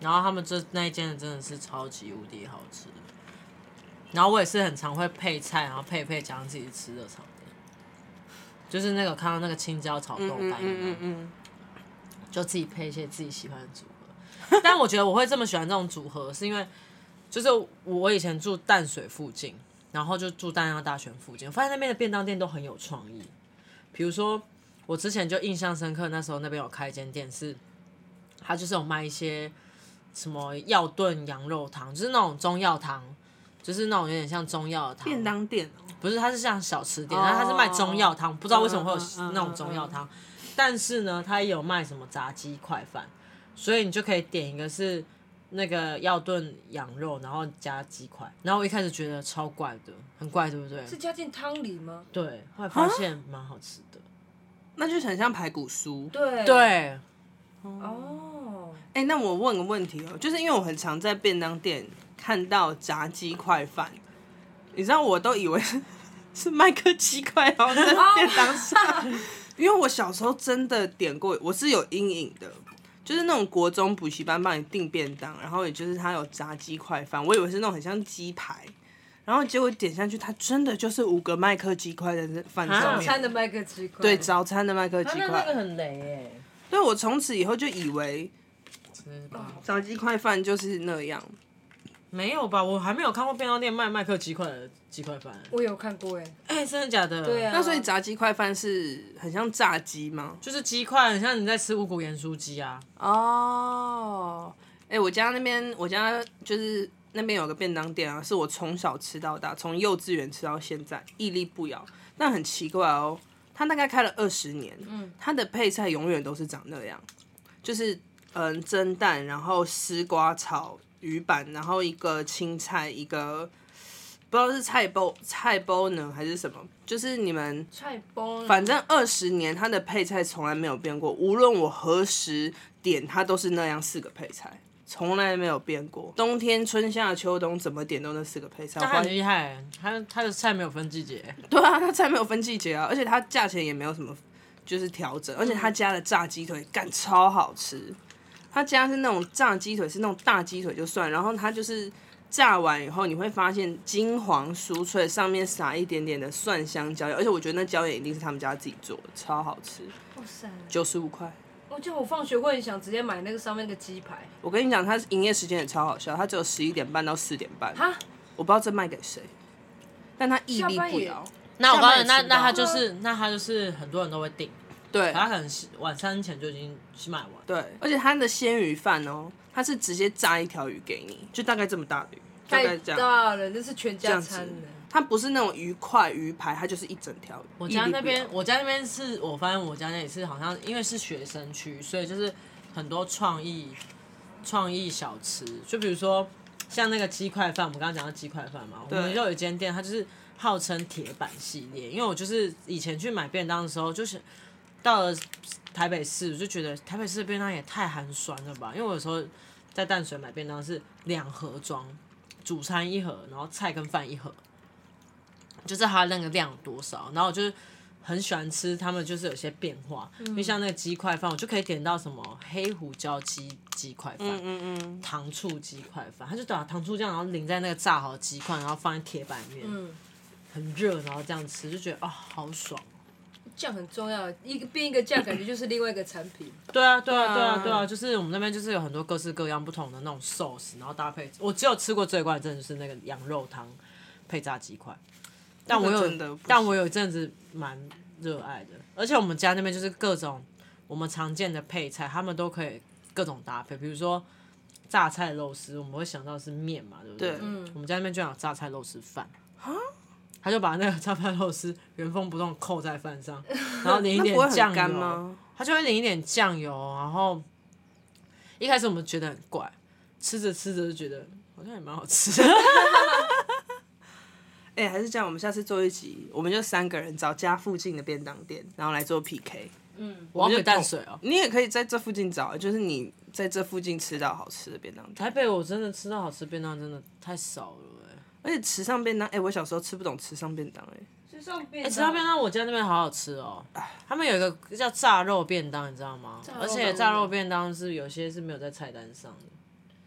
然后他们这那一间的真的是超级无敌好吃。然后我也是很常会配菜，然后配配加上自己吃热炒店，就是那个看到那个青椒炒豆干，嗯嗯嗯嗯，就自己配一些自己喜欢的组合。但我觉得我会这么喜欢这种组合，是因为就是我以前住淡水附近，然后就住淡江大学附近，我发现那边的便当店都很有创意。比如说我之前就印象深刻，那时候那边有开一间店是，它就是有卖一些什么药炖羊肉汤，就是那种中药汤。就是那种有点像中药的汤， 便当店哦， 不是，它是像小吃店，然后它是卖中药汤，不知道为什么会有那种中药汤，但是呢，它也有卖什么炸鸡块饭，所以你就可以点一个是那个药炖羊肉，然后加鸡块，然后我一开始觉得超怪的，很怪，对不对？ 是加进汤里吗？ 对，后来发现蛮好吃的， 那就很像排骨酥。 对对， 哦， 哎、欸，那我问个问题哦，就是因为我很常在便当店看到炸鸡块饭，你知道我都以为是是麦克鸡块，然后在便当上，因为我小时候真的点过，我是有阴影的，就是那种国中补习班帮你订便当，然后也就是它有炸鸡块饭，我以为是那种很像鸡排，然后结果点下去，它真的就是五个麦克鸡块在饭上面， 早餐的麦克鸡块， 对，早餐的麦克鸡块， 那那个很雷耶， 对，我从此以后就以为炸鸡块饭就是那样。 没有吧？我还没有看过便当店卖麦克鸡块的鸡块饭。 我有看过哎。 哎、欸，真的假的？ 对啊。 那所以炸鸡块饭是很像炸鸡吗？ 就是鸡块，很像你在吃五谷盐酥鸡啊。 哦，哎、欸，我家那边，我家就是那边有个便当店啊，是我从小吃到大，从幼稚园吃到现在，屹立不摇。但很奇怪哦，它大概开了二十年，嗯，它的配菜永远都是长那样，就是嗯蒸蛋，然后丝瓜炒鱼板，然后一个青菜，一个不知道是菜包菜包呢还是什么，就是你们菜包， 反正二十年它的配菜从来没有变过，无论我何时点，它都是那样四个配菜，从来没有变过。冬天、春夏、秋冬怎么点都那四个配菜。 那很厉害，他他的菜没有分季节。 对啊，它菜没有分季节啊，而且它价钱也没有什么就是调整，而且他家的炸鸡腿干超好吃。他家是那种炸鸡腿，是那种大鸡腿就算，然后它就是炸完以后，你会发现金黄酥脆，上面撒一点点的蒜香椒盐，而且我觉得那椒盐一定是他们家自己做的，超好吃。 哇塞， 九十五块。 我觉得我放学会很想直接买那个上面的鸡排。 我跟你讲，它营业时间也超好笑，它只有十一点半到四点半。 哈， 我不知道这卖给谁，但它屹立不摇。 那我告诉你，那那他就是那他就是很多人都会订。 对， 他可能晚餐前就已经卖完。 对，而且它的鲜鱼饭哦，它是直接炸一条鱼给你，就大概这么大的鱼，大概这样。 太大了，那是全家餐的。 它不是那种鱼块鱼排，它就是一整条。 我家那边，我家那边是我发现我家那里是好像因为是学生区，所以就是很多创意创意小吃，就比如说像那个鸡块饭，我们刚刚讲到鸡块饭嘛，我们就有一间店，它就是号称铁板系列，因为我就是以前去买便当的时候，就是到了台北市，我就觉得台北市的便当也太寒酸了吧，因为我有时候在淡水买便当是两盒装，主餐一盒，然后菜跟饭一盒。就是它那个量有多少，然后我就是很喜欢吃，他们就是有些变化，嗯、因为像那个鸡块饭，我就可以点到什么黑胡椒鸡鸡块饭，嗯嗯嗯，糖醋鸡块饭，他就把糖醋酱然后淋在那个炸好的鸡块，然后放在铁板里面，嗯、很热，然后这样吃就觉得啊、哦、好爽。 酱很重要，一个变一个酱，感觉就是另外一个产品。 对啊，对啊，对啊，对啊，就是我们那边就是有很多各式各样不同的那种寿司，然后搭配，我只有吃过最怪的，真的就是那个羊肉汤配炸鸡块。但我有，但我有一阵子蛮热爱的，而且我们家那边就是各种我们常见的配菜，他们都可以各种搭配。比如说榨菜肉丝，我们会想到是面嘛，对不对？对嗯、我们家那边就有榨菜肉丝饭，他就把那个榨菜肉丝原封不动扣在饭上，然后淋一点酱油，他就会淋一点酱油，然后一开始我们觉得很怪，吃着吃着就觉得好像也蛮好吃的。 哎、欸，还是这样，我们下次做一集，我们就三个人找家附近的便当店，然后来做 P K。 嗯，我要回淡水哦。 你也可以在这附近找，就是你在这附近吃到好吃的便当店。 台北我真的吃到好吃的便当真的太少了哎、欸。 而且池上便当，哎、欸，我小时候吃不懂池上便当哎、 欸。池上便当， 哎，池上便当我家那边好好吃哦。他们有一个叫炸肉便当，你知道吗？而且炸肉便当是有些是没有在菜单上的。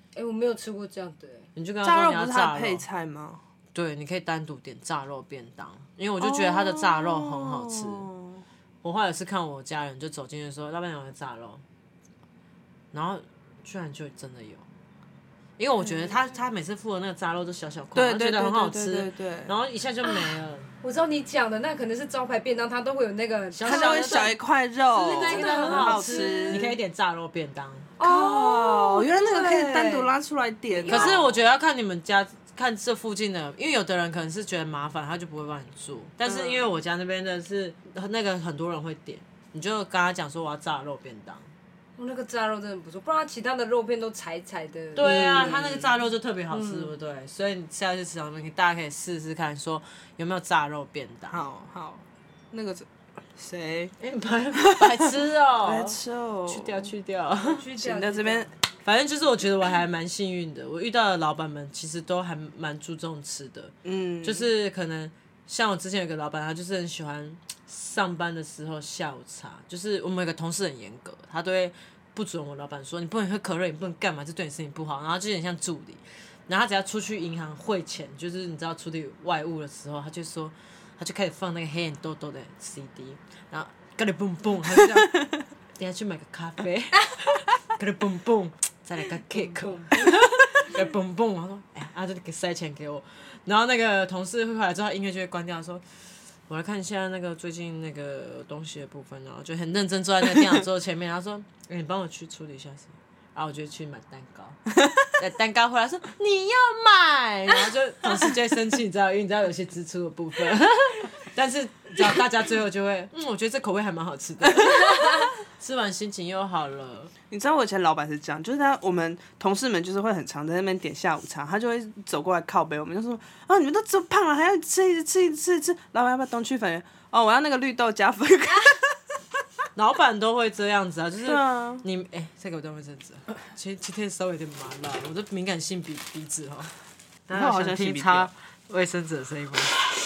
哎、我没有吃过这样的、欸。 你就跟他炸肉说你要炸肉不是它的配菜吗？ 对，你可以单独点炸肉便当，因为我就觉得它的炸肉很好吃。 哦、 我后来是看我家人就走进去说老板娘有炸肉，然后居然就真的有。因为我觉得他他每次付的那个炸肉都小小块， 对对觉得很好吃， 对对对对对然后一下就没了。 我知道你讲的那可能是招牌便当，它都会有那个小它就会小一块肉， 那个很好好吃，你可以点炸肉便当。 哦，原来那个可以对单独拉出来点。 可是我觉得要看你们家，看这附近的，因为有的人可能是觉得麻烦，他就不会帮你做。但是因为我家那边的是那个很多人会点，你就跟他讲说我要炸肉便当。 哦，那个炸肉真的不错，不然其他的肉片都柴柴的。 对啊，他那个炸肉就特别好吃，对不对？所以你下次吃到那个，大家可以试试看，说有没有炸肉便当。 好好，那个谁？ 哎，白白痴哦， 白痴哦， 去掉去掉。 去行，在这边。 反正就是我觉得我还蛮幸运的，我遇到的老板们其实都还蛮注重吃的， 嗯， 就是可能像我之前有个老板，他就是很喜欢上班的时候下午茶，就是我们有个同事很严格，他都会不准我老板说你不能喝可乐，你不能干嘛，这对你身体不好，然后就有点像助理，然后他只要出去银行汇钱，就是你知道处理外务的时候，他就说他就开始放那个黑眼豆豆的 C D， 然后咯哩嘣嘣，他就这样，等下去买个咖啡，咯哩嘣嘣。再来个 cake， 给蹦蹦，然后说，哎，啊，就给塞钱给我。然后那个同事会回来之后，音乐就会关掉，说，我来看一下那个最近那个东西的部分，然后就很认真坐在那个电脑桌前面，然后说，哎，你帮我去处理一下是。然后我就去买蛋糕，蛋糕回来说你要买，然后就同事就会生气，你知道，因为你知道有些支出的部分，但是你知道大家最后就会，嗯，我觉得这口味还蛮好吃的，吃完心情又好了。 你知道我以前老板是这样，就是他我们同事们就是会很常在那边点下午茶，他就会走过来靠北我们，就说啊你们都这么胖了，还要吃一吃一吃一吃，老板要不要东区粉圆？哦，我要那个绿豆加粉。 老板都会这样子啊，就是你哎、 啊欸，再给我等会阵子，今今天稍微有点麻辣，我的敏感性鼻鼻子哈。大家好想听擦卫生纸的声音吗？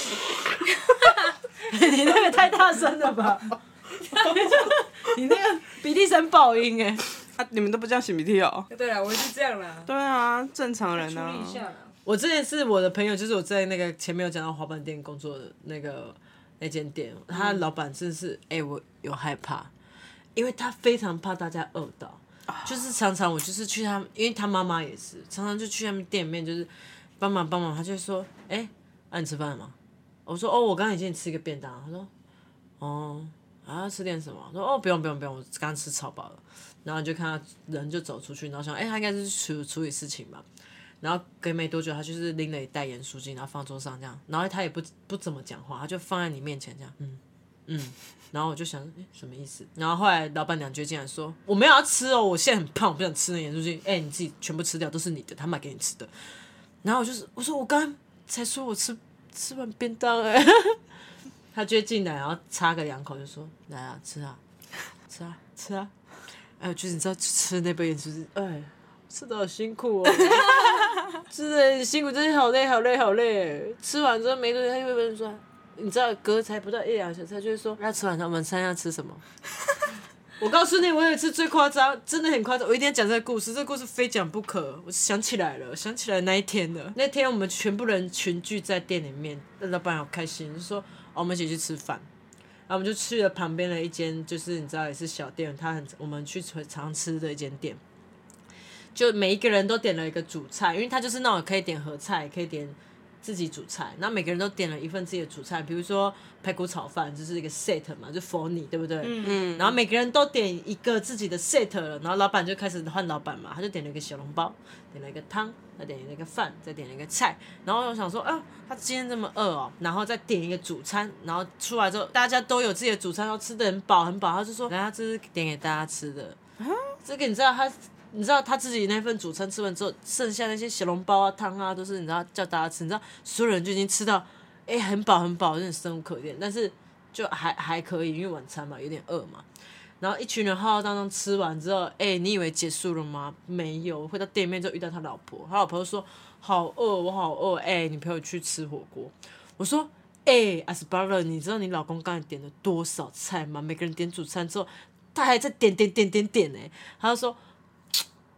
你那个太大声了吧？你那个鼻涕声爆音哎、 欸！啊，你们都不这样擤鼻涕哦？ 对啊，我是这样啦。 对啊，正常人啊。 处理一下啦。 我之前是我的朋友，就是我在那个前面有讲到滑板店工作的那个那间店，他老板真的是哎、欸，我有害怕，因为他非常怕大家饿到，就是常常我就是去他，因为他妈妈也是，常常就去他们店里面就是帮忙帮忙，他就说哎，欸啊、你吃饭了吗？我说哦，我刚刚已经吃一个便当。他说哦，还要吃点什么？我说哦，不用不用不用，我刚刚吃超饱了。然后你就看他人就走出去，然后想哎、欸，他应该是处处理事情吧。然后隔没多久，他就是拎了一袋盐酥鸡，然后放桌上这样，然后他也不不怎么讲话，他就放在你面前这样，嗯嗯。然后我就想，哎，什么意思？然后后来老板娘就进来说，我没有要吃哦，我现在很胖，我不想吃那盐酥鸡。哎，你自己全部吃掉，都是你的，他买给你吃的。然后我就是我说我刚刚才说我吃吃完便当哎，他就进来，然后插个两口就说，来啊，吃啊，吃啊，吃啊。哎，就是你知道吃那杯盐酥鸡，哎。吃的好辛苦哦，吃的很辛苦，真的好累好累好累。吃完之后没多久，他就会问说，你知道隔才不到一两个小时，他就会说，那吃完他晚餐要吃什么？我告诉你，我有一次最夸张，真的很夸张，我一定要讲这个故事，这个故事非讲不可。我想起来了，想起来那一天了。那天我们全部人群聚在店里面，老板好开心，就说、哦、我们一起去吃饭。然后我们就去了旁边的一间，就是你知道也是小店，他很我们去常吃的一间店。就每一个人都点了一个主菜，因为他就是那种可以点合菜，可以点自己煮菜，然后每个人都点了一份自己的主菜，比如说排骨炒饭就是一个 set 嘛，就 for 你，对不对？嗯嗯。然后每个人都点一个自己的 set 了，然后老板就开始换老板嘛，他就点了一个小笼包，点了一个汤，再点了一个饭，再点了一个菜，然后我想说，啊，他今天这么饿哦，然后再点一个主餐，然后出来之后大家都有自己的主餐，都吃得很饱很饱，他就说，来，这是点给大家吃的，啊、这个你知道他。你知道他自己那份主餐吃完之后，剩下那些小笼包啊、汤啊，都是你知道叫大家吃。你知道所有人就已经吃到，哎、欸，很饱很饱，有点生无可恋，但是就还还可以，因为晚餐嘛，有点饿嘛。然后一群人浩浩荡荡吃完之后，哎、欸，你以为结束了吗？没有，回到店面就遇到他老婆，他老婆就说：“好饿，我好饿，哎、欸，你陪我去吃火锅。”我说：“哎、欸，阿斯巴勒，你知道你老公刚才点了多少菜吗？每个人点主餐之后，他还在点点点点点呢、欸。”他就说。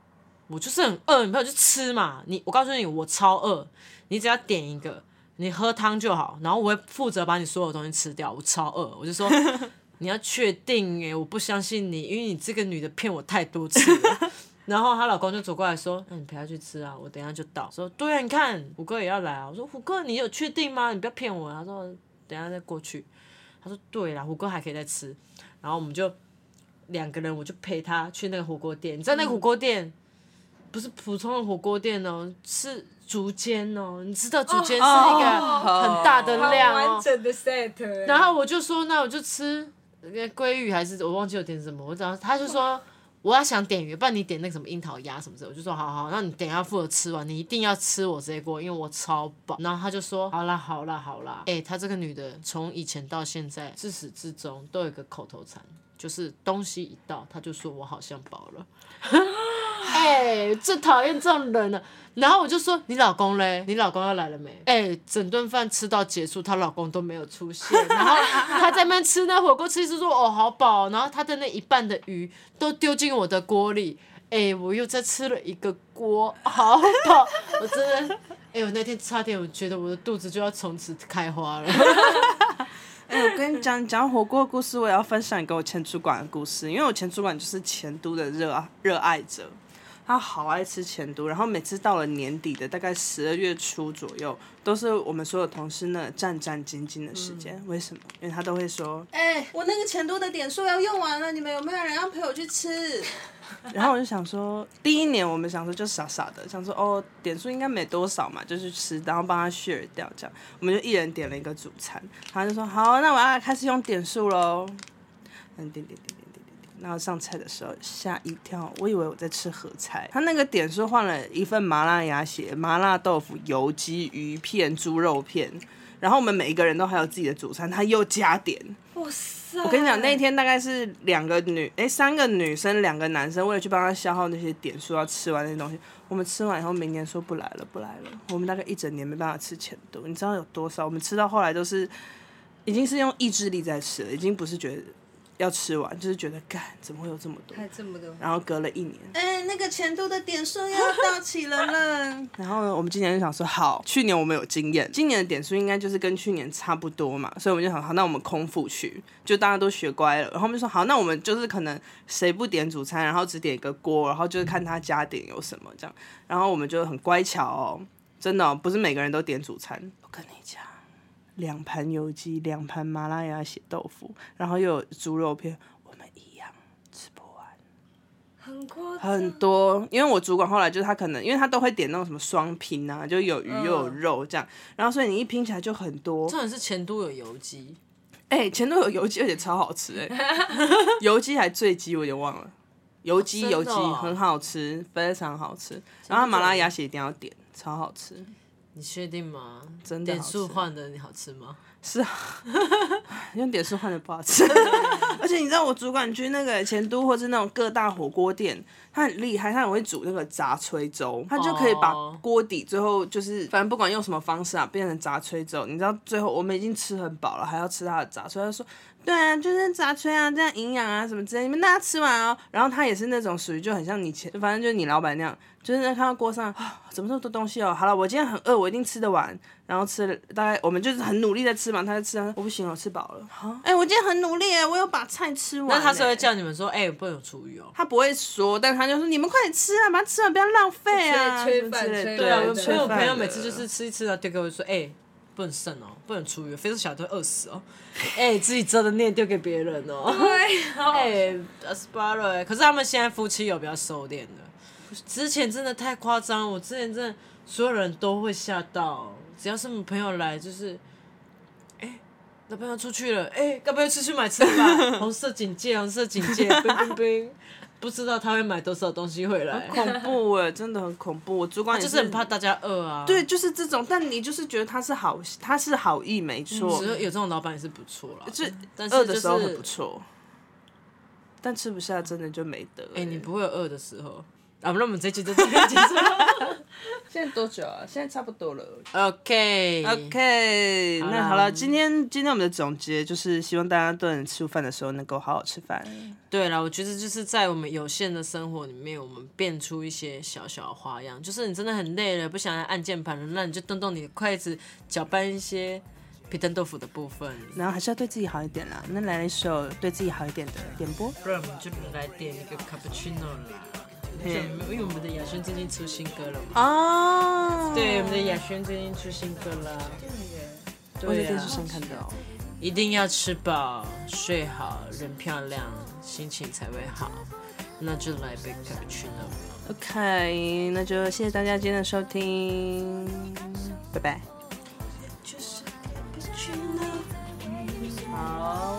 我就是很饿，你朋友就吃嘛。你我告诉你，我超饿，你只要点一个，你喝汤就好，然后我会负责把你所有东西吃掉。我超饿，我就说你要确定哎，我不相信你，因为你这个女的骗我太多次了。然后她老公就走过来说：“那、嗯、你陪她去吃啊，我等一下就到。”说：“对啊，你看虎哥也要来啊。”我说：“虎哥，你有确定吗？你不要骗我。”他说：“等一下再过去。”他说：“对啦，虎哥还可以再吃。”然后我们就两个人，我就陪他去那个火锅店。你知道那个火锅店、嗯、不是普通的火锅店哦，是竹间哦。你知道竹间是一个很大的量哦， 好完整的 set。 然后我就说：“那我就吃鲑鱼还是我忘记我点什么。”我只要他就说。我要想点鱼，不然你点那个什么樱桃鸭什么的，我就说好好，那你等一下负责吃完，你一定要吃我这一锅，因为我超饱。然后他就说好啦好啦好啦，哎、欸，他这个女的从以前到现在自始至终都有一个口头禅，就是东西一到，他就说我好像饱了。哎、欸，最讨厌这种人了。然后我就说你老公嘞？你老公要来了没？哎、欸，整顿饭吃到结束，她老公都没有出现。然后她在那边吃那火锅，吃一吃说哦好饱，然后她的那一半的鱼都丢进我的锅里。哎、欸，我又再吃了一个锅，好饱，我真的，哎、欸，我那天差点我觉得我的肚子就要从此开花了。 哎、欸，我跟你讲，讲火锅的故事，我也要分享一个我前主管的故事，因为我前主管就是前都的热热爱者。他好爱吃前都，然后每次到了年底的大概十二月初左右，都是我们所有同事那战战兢兢的时间。嗯、为什么？因为他都会说：“哎、欸，我那个前都的点数要用完了，你们有没有人要陪我去吃？”然后我就想说，第一年我们想说就傻傻的想说，哦，点数应该没多少嘛，就去吃，然后帮他 share 掉，这样我们就一人点了一个主餐。他就说：“好，那我要开始用点数喽。”嗯，点点点点。然后上菜的时候吓一跳，我以为我在吃合菜。他那个点数换了一份麻辣鸭血、麻辣豆腐、油鸡、鱼片、猪肉片，然后我们每一个人都还有自己的主餐，他又加点。 哇塞！ 我跟你讲，那一天大概是两个女，哎，三个女生，两个男生，为了去帮他消耗那些点数，要吃完那些东西。我们吃完以后，明年说不来了，不来了。我们大概一整年没办法吃前都，你知道有多少？我们吃到后来都是已经是用意志力在吃了，已经不是觉得。要吃完，就是觉得干怎么会有这么多？ 还这么多。 然后隔了一年，哎、欸，那个前都的点数要到齐了呢。然后呢，我们今年就想说，好，去年我们有经验，今年的点数应该就是跟去年差不多嘛，所以我们就想，好，那我们空腹去，就大家都学乖了。然后我们就说，好，那我们就是可能谁不点主餐，然后只点一个锅，然后就是看他加点有什么这样。然后我们就很乖巧哦，真的、哦、不是每个人都点主餐。我跟你讲。两盘油鸡，两盘麻辣鸭血豆腐，然后又有猪肉片，我们一样吃不完， 很夸张， 很多。因为我主管后来就是他可能，因为他都会点那种什么双拼啊，就有鱼又有肉这样，嗯、然后所以你一拼起来就很多。 重点是前都有油鸡， 哎、欸，前都有油鸡，而且超好吃哎、欸，油鸡还醉鸡，我有点忘了，油鸡、哦、油鸡很好吃，非常好吃。然后麻辣鸭血一定要点，超好吃。 你确定吗？ 真的好吃。 点数换的你好吃吗？ 是啊，用点数换的不好吃。而且你知道我主管去那个前都或是那种各大火锅店，他很厉害，他很会煮那个炸炊粥，他就可以把锅底最后就是反正不管用什么方式啊，变成炸炊粥。你知道最后我们已经吃很饱了，还要吃他的炸炊，他就说。对啊，就是炸炊啊，这样营养啊什么之类，你们大家吃完哦。然后他也是那种属于就很像你前，反正就是你老板那样，就是看到锅上、哦、怎么这么多东西哦。好了，我今天很饿，我一定吃得完。然后吃了大概我们就是很努力在吃嘛，他在吃啊，我不行了，我吃饱了。哎、欸，我今天很努力耶，我有把菜吃完。 那他是会叫你们说，哎、欸，不能有厨余哦。 他不会说，但他就说你们快点吃啊，把它吃完，不要浪费啊。 催饭， 对啊，我朋友朋友每次就是吃一吃啊，丢给我说，哎、欸。不能剩哦，不能厨余，非洲小孩都会饿死哦。哎、欸，自己折的念丢给别人哦。 对， 哎，二十八了哎。可是他们现在夫妻有比较收敛的，之前真的太夸张，我之前真的所有人都会吓到，只要是我朋友来就是，哎、欸，男朋友出去了，哎、欸，要不要出去买吃吧？红色警戒，红色警戒，冰冰冰。不知道他会买多少东西回来， 很恐怖哎，真的很恐怖。我主管也是, 就是很怕大家饿啊。 对，就是这种，但你就是觉得他是好，他是好意没错。 嗯、有这种老板也是不错啦， 就但饿的时候很不错，但吃不下真的就没得、欸。 哎、欸，你不会有饿的时候？ 啊，那我们这集就这边结束了。 现在多久啊？现在差不多了。 OK OK， 好啦那好了，今天今天我们的总结就是希望大家都能吃饭的时候能够好好吃饭。 对了，我觉得就是在我们有限的生活里面，我们变出一些小小的花样。就是你真的很累了，不想按键盘了，那你就动动你的筷子，搅拌一些皮蛋豆腐的部分。 然后还是要对自己好一点啦。那来一首对自己好一点的点播。 不然我们就来点一个 cappuccino 啦。因为我们的雅轩最近出新歌了嘛。 哦， 对，我们的雅轩最近出新歌了。 我在电视上看到。 一定要吃饱、睡好，人漂亮，心情才会好。那就来杯 cappuccino。 OK， 那就谢谢大家今天的收听，拜拜。 好。